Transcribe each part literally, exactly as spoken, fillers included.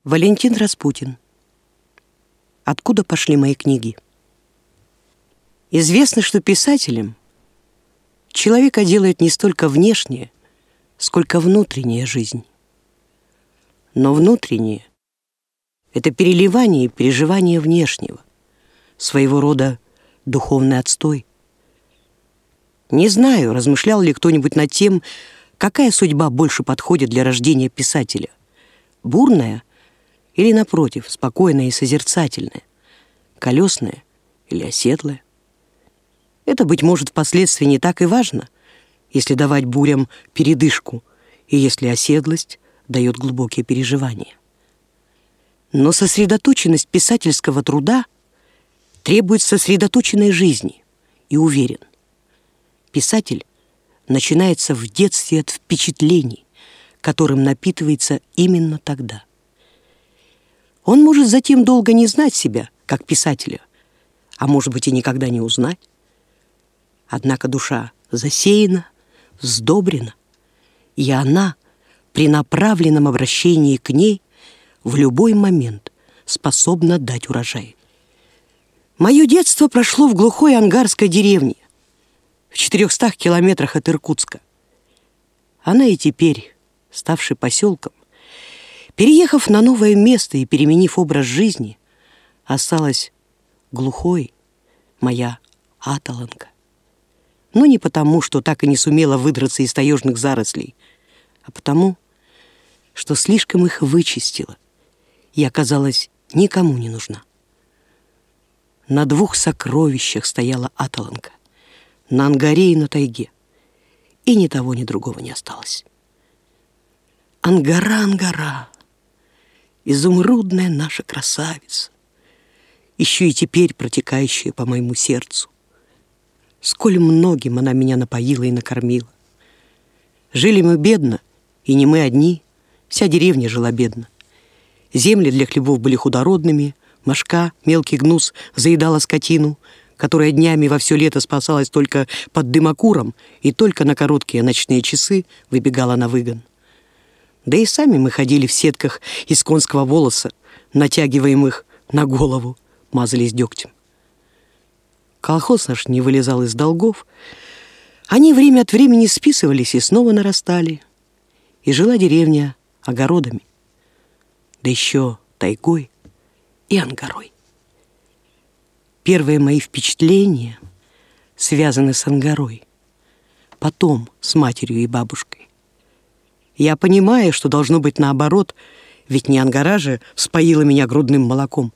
Валентин Распутин. Откуда пошли мои книги? Известно, что писателем человека делает не столько внешняя, сколько внутренняя жизнь. Но внутреннее — это переливание и переживание внешнего, своего рода духовный отстой. Не знаю, размышлял ли кто-нибудь над тем, какая судьба больше подходит для рождения писателя — бурная или, напротив, спокойная и созерцательная, колесная или оседлая. Это, быть может, впоследствии не так и важно, если давать бурям передышку и если оседлость дает глубокие переживания. Но сосредоточенность писательского труда требует сосредоточенной жизни, и уверен, писатель начинается в детстве от впечатлений, которым напитывается именно тогда. Он может затем долго не знать себя, как писателя, а может быть и никогда не узнать. Однако душа засеяна, вздобрена, и она при направленном обращении к ней в любой момент способна дать урожай. Мое детство прошло в глухой ангарской деревне, в четырехстах километрах от Иркутска. Она и теперь, ставшей поселком, переехав на новое место и переменив образ жизни, осталась глухой моя Аталанка. Но не потому, что так и не сумела выдраться из таежных зарослей, а потому, что слишком их вычистила и оказалась никому не нужна. На двух сокровищах стояла Аталанка, на ангаре и на тайге, и ни того, ни другого не осталось. Ангара, Ангара, изумрудная наша красавица, еще и теперь протекающая по моему сердцу. Сколь многим она меня напоила и накормила. Жили мы бедно, и не мы одни, вся деревня жила бедно. Земли для хлебов были худородными, мошка, мелкий гнус заедала скотину, которая днями во все лето спасалась только под дымокуром и только на короткие ночные часы выбегала на выгон. Да и сами мы ходили в сетках из конского волоса, натягиваемых на голову, мазались дегтем. Колхоз наш не вылезал из долгов, они время от времени списывались и снова нарастали, и жила деревня огородами, да еще тайгой и ангарой. Первые мои впечатления связаны с ангарой, потом с матерью и бабушкой. Я понимаю, что должно быть наоборот, ведь не ангара же вспоила меня грудным молоком.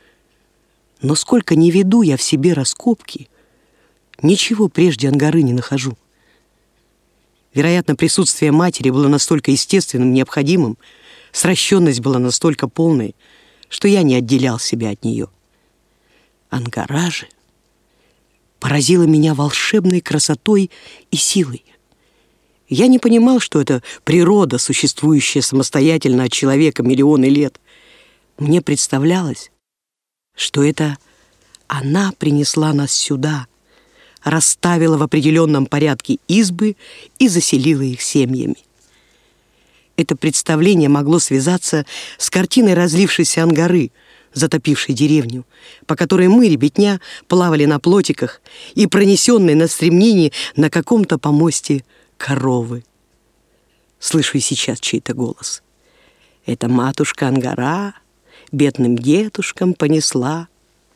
Но сколько не веду я в себе раскопки, ничего прежде ангары не нахожу. Вероятно, присутствие матери было настолько естественным, необходимым, сращенность была настолько полной, что я не отделял себя от нее. Ангара же поразила меня волшебной красотой и силой. Я не понимал, что это природа, существующая самостоятельно от человека миллионы лет. Мне представлялось, что это она принесла нас сюда, расставила в определенном порядке избы и заселила их семьями. Это представление могло связаться с картиной разлившейся ангары, затопившей деревню, по которой мы, ребятня, плавали на плотиках и пронесенные на стремнении на каком-то помосте коровы. Слышу и сейчас чей-то голос. Это матушка Ангара бедным дедушкам понесла.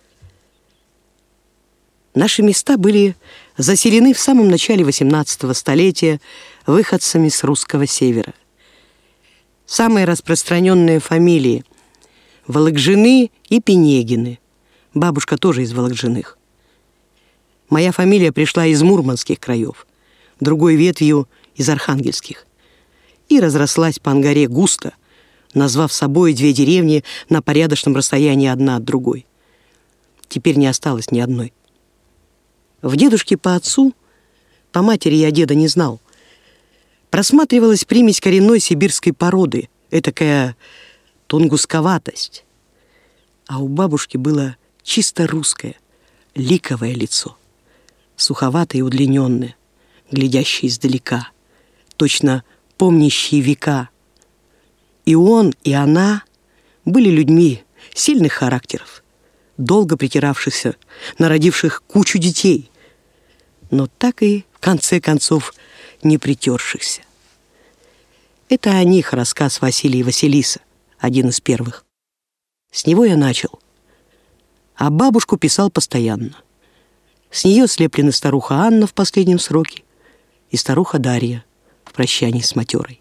Наши места были заселены в самом начале восемнадцатого столетия выходцами с русского севера. Самые распространенные фамилии — Вологжины и Пенегины. Бабушка тоже из Вологжиных. Моя фамилия пришла из мурманских краев, другой ветвью — из архангельских, и разрослась по ангаре густо, назвав собой две деревни на порядочном расстоянии одна от другой. Теперь не осталось ни одной. В дедушке по отцу, по матери я деда не знал, просматривалась примесь коренной сибирской породы, этакая тунгусковатость. А у бабушки было чисто русское, ликовое лицо, суховатое и удлиненное, глядящее издалека, точно помнящие века. И он, и она были людьми сильных характеров, долго притиравшихся, народивших кучу детей, но так и, в конце концов, не притершихся. Это о них рассказ Василия и Василиса, один из первых. С него я начал. А бабушку писал постоянно. С нее слеплены старуха Анна в последнем сроке и старуха Дарья в прощании с матерой.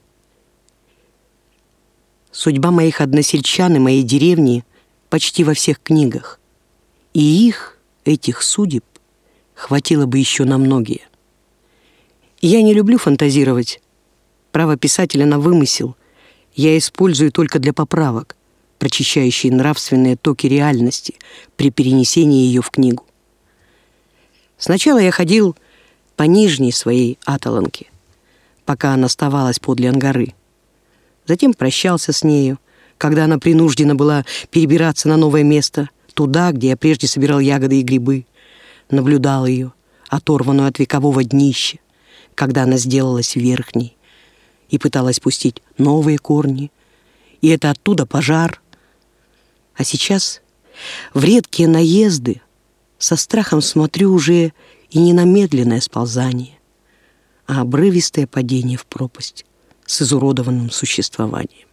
Судьба моих односельчан и моей деревни почти во всех книгах. И их, этих судеб, хватило бы еще на многие. Я не люблю фантазировать. Право писателя на вымысел я использую только для поправок, прочищающие нравственные токи реальности при перенесении ее в книгу. Сначала я ходил по нижней своей аталанке, пока она оставалась подле Ангары. Затем прощался с нею, когда она принуждена была перебираться на новое место, туда, где я прежде собирал ягоды и грибы, наблюдал ее, оторванную от векового днища, когда она сделалась верхней и пыталась пустить новые корни, и это оттуда пожар. А сейчас в редкие наезды со страхом смотрю уже и не на медленное сползание, а обрывистое падение в пропасть с изуродованным существованием.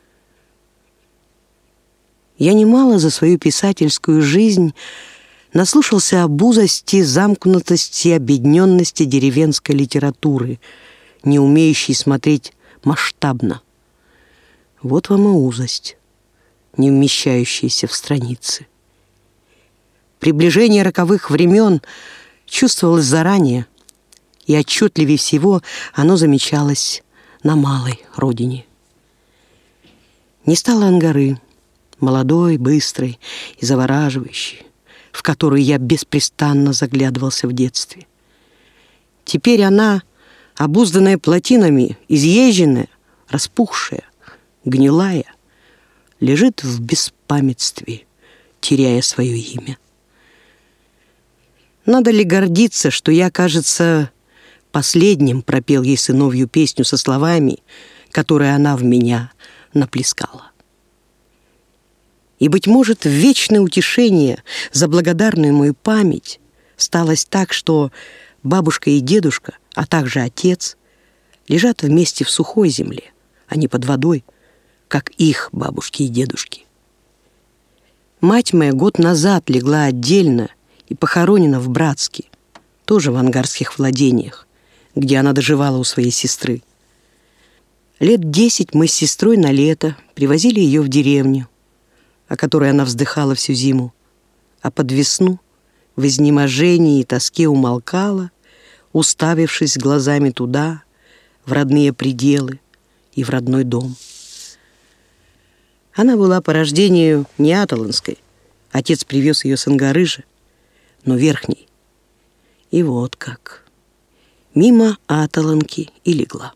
Я немало за свою писательскую жизнь наслушался об узости, замкнутости, обедненности деревенской литературы, не умеющей смотреть масштабно. Вот вам и узость, не вмещающаяся в страницы. Приближение роковых времен чувствовалось заранее, и отчетливее всего оно замечалось на малой родине. Не стало Ангары, молодой, быстрой и завораживающей, в которую я беспрестанно заглядывался в детстве. Теперь она, обузданная плотинами, изъезженная, распухшая, гнилая, лежит в беспамятстве, теряя свое имя. Надо ли гордиться, что я, кажется, последним пропел ей сыновью песню со словами, которые она в меня наплескала? И, быть может, в вечное утешение за благодарную мою память сталось так, что бабушка и дедушка, а также отец, лежат вместе в сухой земле, а не под водой, как их бабушки и дедушки. Мать моя год назад легла отдельно и похоронена в Братске, тоже в ангарских владениях, где она доживала у своей сестры. Лет десять мы с сестрой на лето привозили ее в деревню, о которой она вздыхала всю зиму, а под весну в изнеможении и тоске умолкала, уставившись глазами туда, в родные пределы и в родной дом. Она была по рождению не аталанской, отец привез ее с Ангары же, но верхней. И вот как. Мимо аталанки и легла.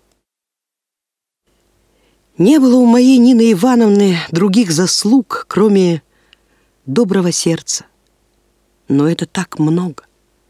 Не было у моей Нины Ивановны других заслуг, кроме доброго сердца. Но это так много.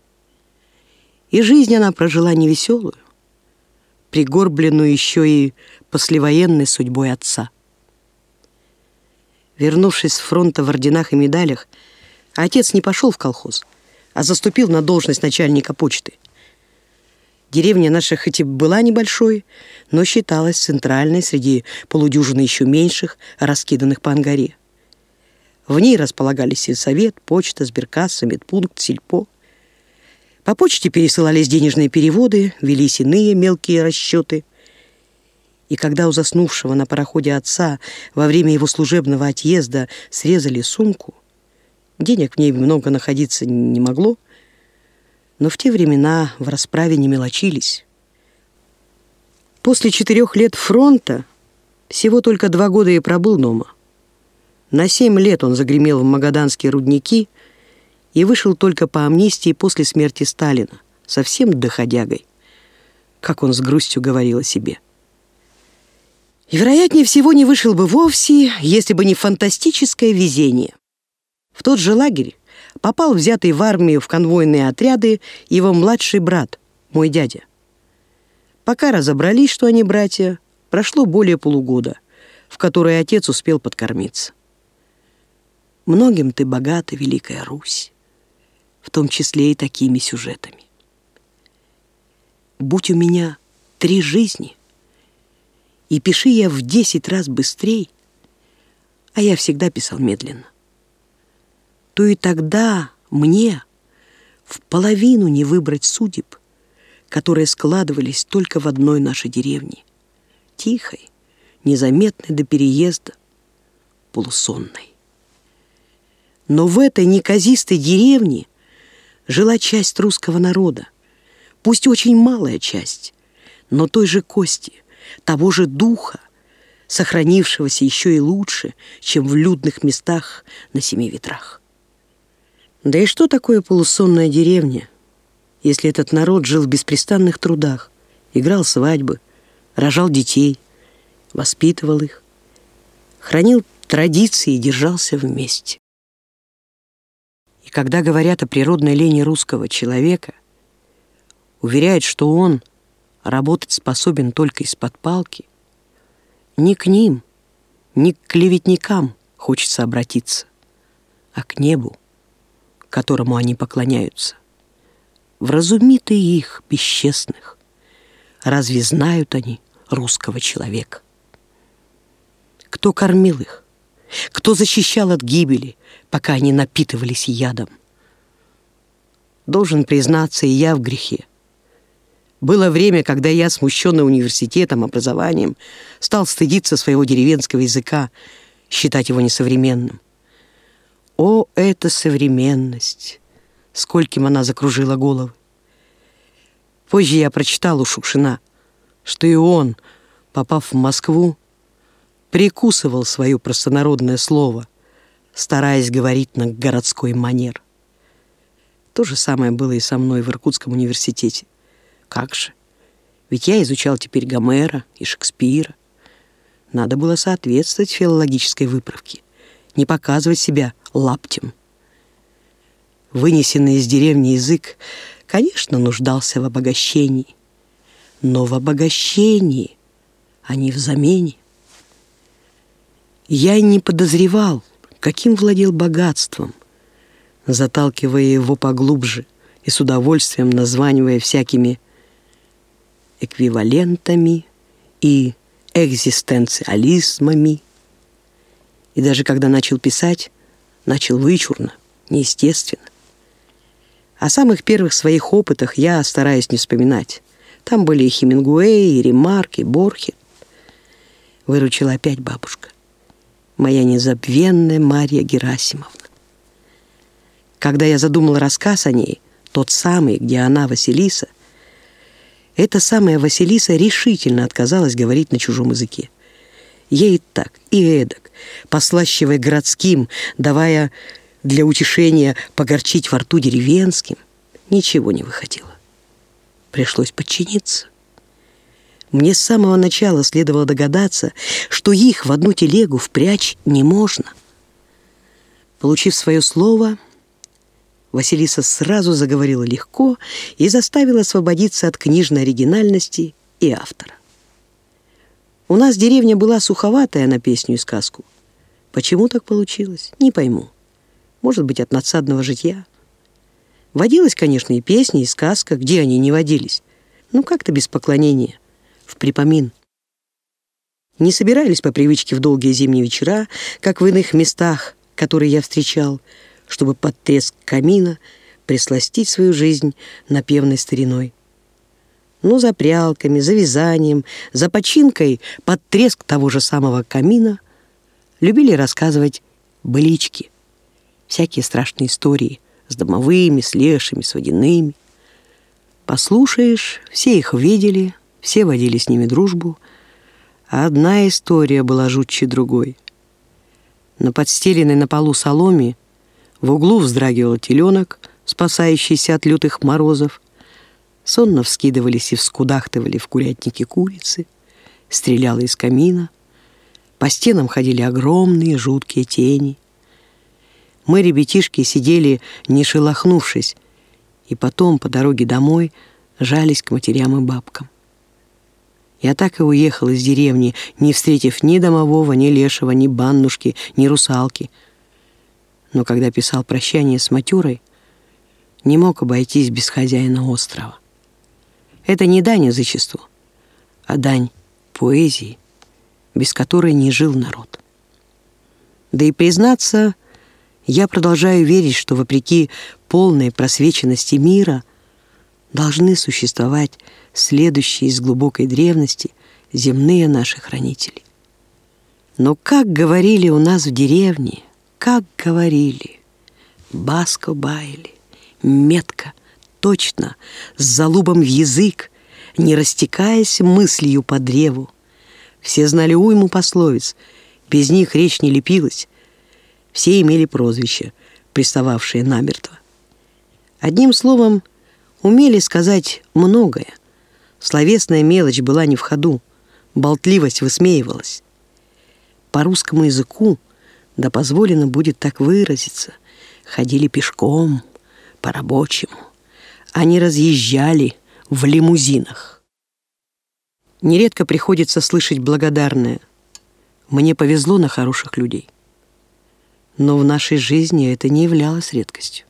И жизнь она прожила невеселую, пригорбленную еще и послевоенной судьбой отца. Вернувшись с фронта в орденах и медалях, отец не пошел в колхоз, а заступил на должность начальника почты. Деревня наша хоть и была небольшой, но считалась центральной среди полудюжины еще меньших, раскиданных по Ангаре. В ней располагались сельсовет, почта, сберкасса, медпункт, сельпо. По почте пересылались денежные переводы, велись иные мелкие расчеты. И когда у заснувшего на пароходе отца во время его служебного отъезда срезали сумку, денег в ней много находиться не могло, но в те времена в расправе не мелочились. После четырех лет фронта всего только два года и пробыл дома. На семь лет он загремел в магаданские рудники и вышел только по амнистии после смерти Сталина, совсем доходягой, как он с грустью говорил о себе. И, вероятнее всего, не вышел бы вовсе, если бы не фантастическое везение. В тот же лагерь попал взятый в армию в конвойные отряды его младший брат, мой дядя. Пока разобрались, что они братья, прошло более полугода, в которое отец успел подкормиться. Многим ты богата, Великая Русь, в том числе и такими сюжетами. Будь у меня три жизни, и пиши я в десять раз быстрей, а я всегда писал медленно, то и тогда мне в половину не выбрать судеб, которые складывались только в одной нашей деревне, тихой, незаметной до переезда, полусонной. Но в этой неказистой деревне жила часть русского народа, пусть очень малая часть, но той же кости, того же духа, сохранившегося еще и лучше, чем в людных местах на семи ветрах. Да и что такое полусонная деревня, если этот народ жил в беспрестанных трудах, играл свадьбы, рожал детей, воспитывал их, хранил традиции и держался вместе? И когда говорят о природной лени русского человека, уверяют, что он работать способен только из-под палки, не к ним, не к клеветникам хочется обратиться, а к небу, которому они поклоняются. Вразуми ты их, бесчестных. Разве знают они русского человека? Кто кормил их? Кто защищал от гибели, пока они напитывались ядом? Должен признаться, и я в грехе. Было время, когда я, смущенный университетом, образованием, стал стыдиться своего деревенского языка, считать его несовременным. О, эта современность! Скольким она закружила головы. Позже я прочитал у Шукшина, что и он, попав в Москву, прикусывал свое простонародное слово, стараясь говорить на городской манер. То же самое было и со мной в Иркутском университете. Как же? Ведь я изучал теперь Гомера и Шекспира. Надо было соответствовать филологической выправке, не показывать себя лаптем. Вынесенный из деревни язык, конечно, нуждался в обогащении, но в обогащении, а не в замене. Я не подозревал, каким владел богатством, заталкивая его поглубже и с удовольствием названивая всякими эквивалентами и экзистенциализмами. И даже когда начал писать, начал вычурно, неестественно. О самых первых своих опытах я стараюсь не вспоминать. Там были и Хемингуэй, и Ремарк, и Борхе. Выручила опять бабушка, моя незабвенная Марья Герасимовна. Когда я задумал рассказ о ней, тот самый, где она, Василиса, эта самая Василиса решительно отказалась говорить на чужом языке. Ей так и эдак, послащивая городским, давая для утешения погорчить во рту деревенским, ничего не выходило. Пришлось подчиниться. Мне с самого начала следовало догадаться, что их в одну телегу впрячь не можно. Получив свое слово, Василиса сразу заговорила легко и заставила освободиться от книжной оригинальности и автора. У нас деревня была суховатая на песню и сказку. Почему так получилось, не пойму. Может быть, от надсадного житья. Водилась, конечно, и песня, и сказка, где они не водились. Ну, как-то без поклонения, в припомин. Не собирались по привычке в долгие зимние вечера, как в иных местах, которые я встречал, чтобы под треск камина присластить свою жизнь напевной стариной. Но за прялками, за вязанием, за починкой под треск того же самого камина любили рассказывать былички, всякие страшные истории с домовыми, с лешими, с водяными. Послушаешь, все их видели, все водили с ними дружбу, а одна история была жутче другой. На подстеленной на полу соломе в углу вздрагивал теленок, спасающийся от лютых морозов. Сонно вскидывались и вскудахтывали в курятнике курицы, стреляла из камина. По стенам ходили огромные жуткие тени. Мы, ребятишки, сидели, не шелохнувшись, и потом по дороге домой жались к матерям и бабкам. Я так и уехал из деревни, не встретив ни домового, ни лешего, ни баннушки, ни русалки. но когда писал прощание с Матюрой, не мог обойтись без хозяина острова. Это не дань язычеству, а дань поэзии, без которой не жил народ. Да и, признаться, я продолжаю верить, что вопреки полной просвеченности мира должны существовать следующие из глубокой древности земные наши хранители. Но как говорили у нас в деревне, как говорили, баско баяли, метко, точно, с залубом в язык, не растекаясь мыслью по древу. Все знали уйму пословиц, без них речь не лепилась. Все имели прозвища, пристававшие намертво. Одним словом, умели сказать многое. Словесная мелочь была не в ходу, болтливость высмеивалась. По русскому языку, да позволено будет так выразиться, ходили пешком, по-рабочему. Они разъезжали в лимузинах. Нередко приходится слышать благодарное: «Мне повезло на хороших людей». Но в нашей жизни это не являлось редкостью.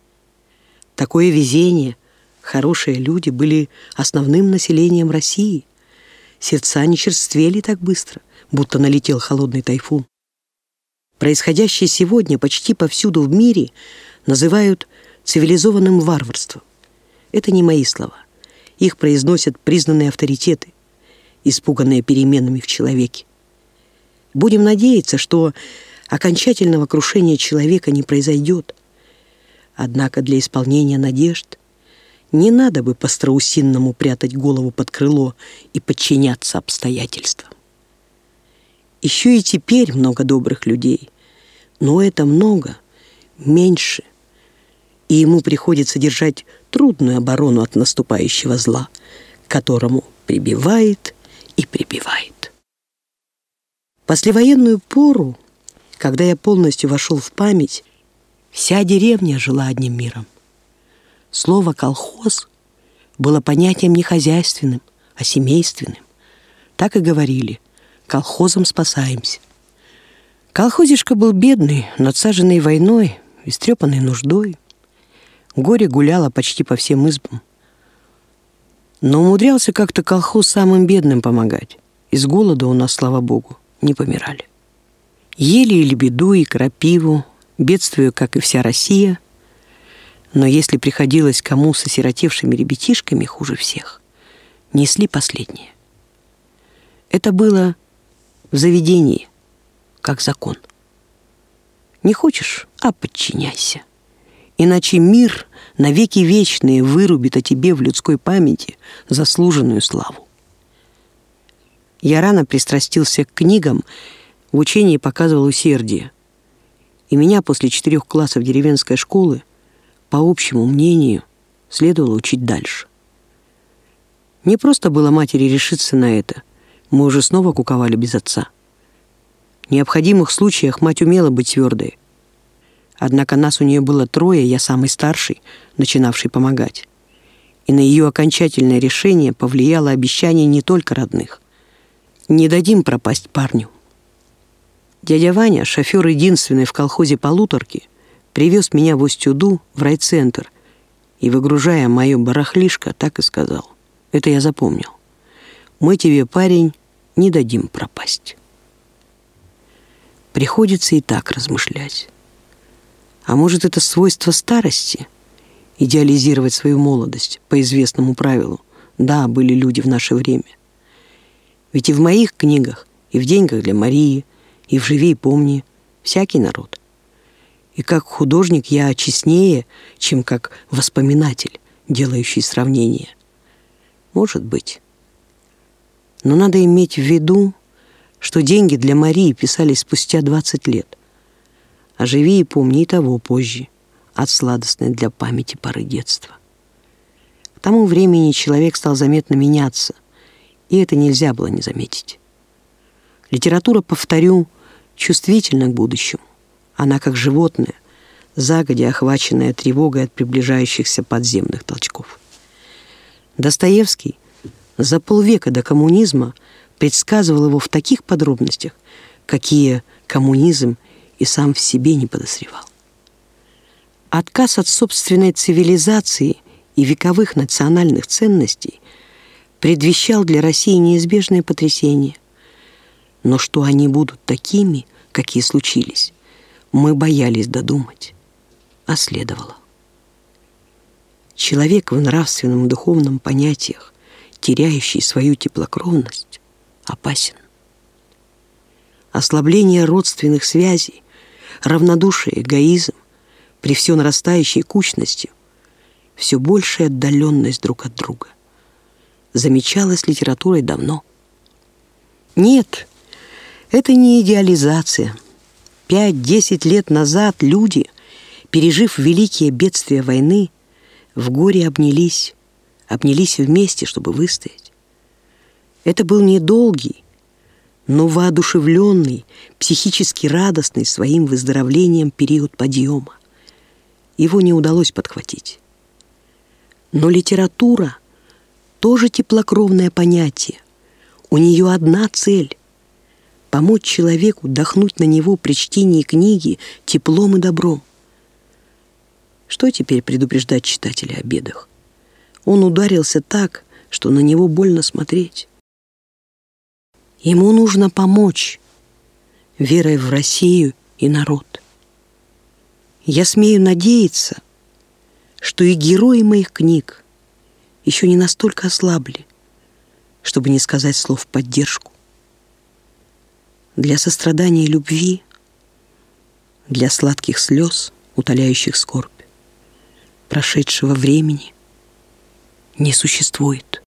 Такое везение, хорошие люди были основным населением России. Сердца не черствели так быстро, будто налетел холодный тайфун. Происходящее сегодня почти повсюду в мире называют цивилизованным варварством. Это не мои слова. Их произносят признанные авторитеты, испуганные переменами в человеке. Будем надеяться, что окончательного крушения человека не произойдет. Однако для исполнения надежд не надо бы по-страусинному прятать голову под крыло и подчиняться обстоятельствам. Еще и теперь много добрых людей, но это много, меньше, и ему приходится держать трудную оборону от наступающего зла, которому прибивает и прибивает. Послевоенную пору, когда я полностью вошел в память, вся деревня жила одним миром. Слово «колхоз» было понятием не хозяйственным, а семейственным. Так и говорили: колхозом спасаемся. Колхозишка был бедный, надсаженный войной, истрепанный нуждой. Горе гуляло почти по всем избам. Но умудрялся как-то колхоз самым бедным помогать. Из голода у нас, слава богу, не помирали. Ели и лебеду, и крапиву, бедствуя, как и вся Россия. Но если приходилось кому с осиротевшими ребятишками хуже всех, несли последнее. Это было в заведении, как закон. Не хочешь, а подчиняйся. Иначе мир навеки вечные вырубит о тебе в людской памяти заслуженную славу. Я рано пристрастился к книгам, в учении показывал усердие. И меня после четырех классов деревенской школы, по общему мнению, следовало учить дальше. Не просто было матери решиться на это. Мы уже снова куковали без отца. В необходимых случаях мать умела быть твердой. Однако нас у нее было трое, я самый старший, начинавший помогать. И на ее окончательное решение повлияло обещание не только родных. Не дадим пропасть парню. Дядя Ваня, шофер единственный в колхозе полуторки, привез меня в Усть-Уду в райцентр и, выгружая мое барахлишко, так и сказал: это я запомнил. Мы тебе, парень, не дадим пропасть. Приходится и так размышлять. А может, это свойство старости — идеализировать свою молодость по известному правилу? Да, были люди в наше время. Ведь и в моих книгах, и в «Деньгах для Марии», и в «Живи и помни» всякий народ. И как художник я честнее, чем как воспоминатель, делающий сравнения. Может быть. Но надо иметь в виду, что «Деньги для Марии» писались спустя двадцать лет, а «Живи и помни» и того позже, от сладостной для памяти поры детства. К тому времени человек стал заметно меняться, и это нельзя было не заметить. Литература, повторю, чувствительна к будущему. Она, как животное, загодя охваченная тревогой от приближающихся подземных толчков. Достоевский за полвека до коммунизма предсказывал его в таких подробностях, какие коммунизм и сам в себе не подозревал. Отказ от собственной цивилизации и вековых национальных ценностей предвещал для России неизбежное потрясение. Но что они будут такими, какие случились, мы боялись додумать, а следовало. Человек в нравственном и духовном понятиях, теряющий свою теплокровность, опасен. Ослабление родственных связей, равнодушие, эгоизм, при все нарастающей кучности, все большая отдаленность друг от друга замечалась литературой давно. Нет, это не идеализация. Пять-десять лет назад люди, пережив великие бедствия войны, в горе обнялись, обнялись вместе, чтобы выстоять. Это был недолгий, но воодушевленный, психически радостный своим выздоровлением период подъема. Его не удалось подхватить. Но литература тоже теплокровное понятие. У нее одна цель — помочь человеку дохнуть на него при чтении книги теплом и добром. Что теперь предупреждать читателя о бедах? Он ударился так, что на него больно смотреть. Ему нужно помочь верой в Россию и народ. Я смею надеяться, что и герои моих книг еще не настолько ослабли, чтобы не сказать слов в поддержку. Для сострадания и любви, для сладких слез, утоляющих скорбь, прошедшего времени не существует.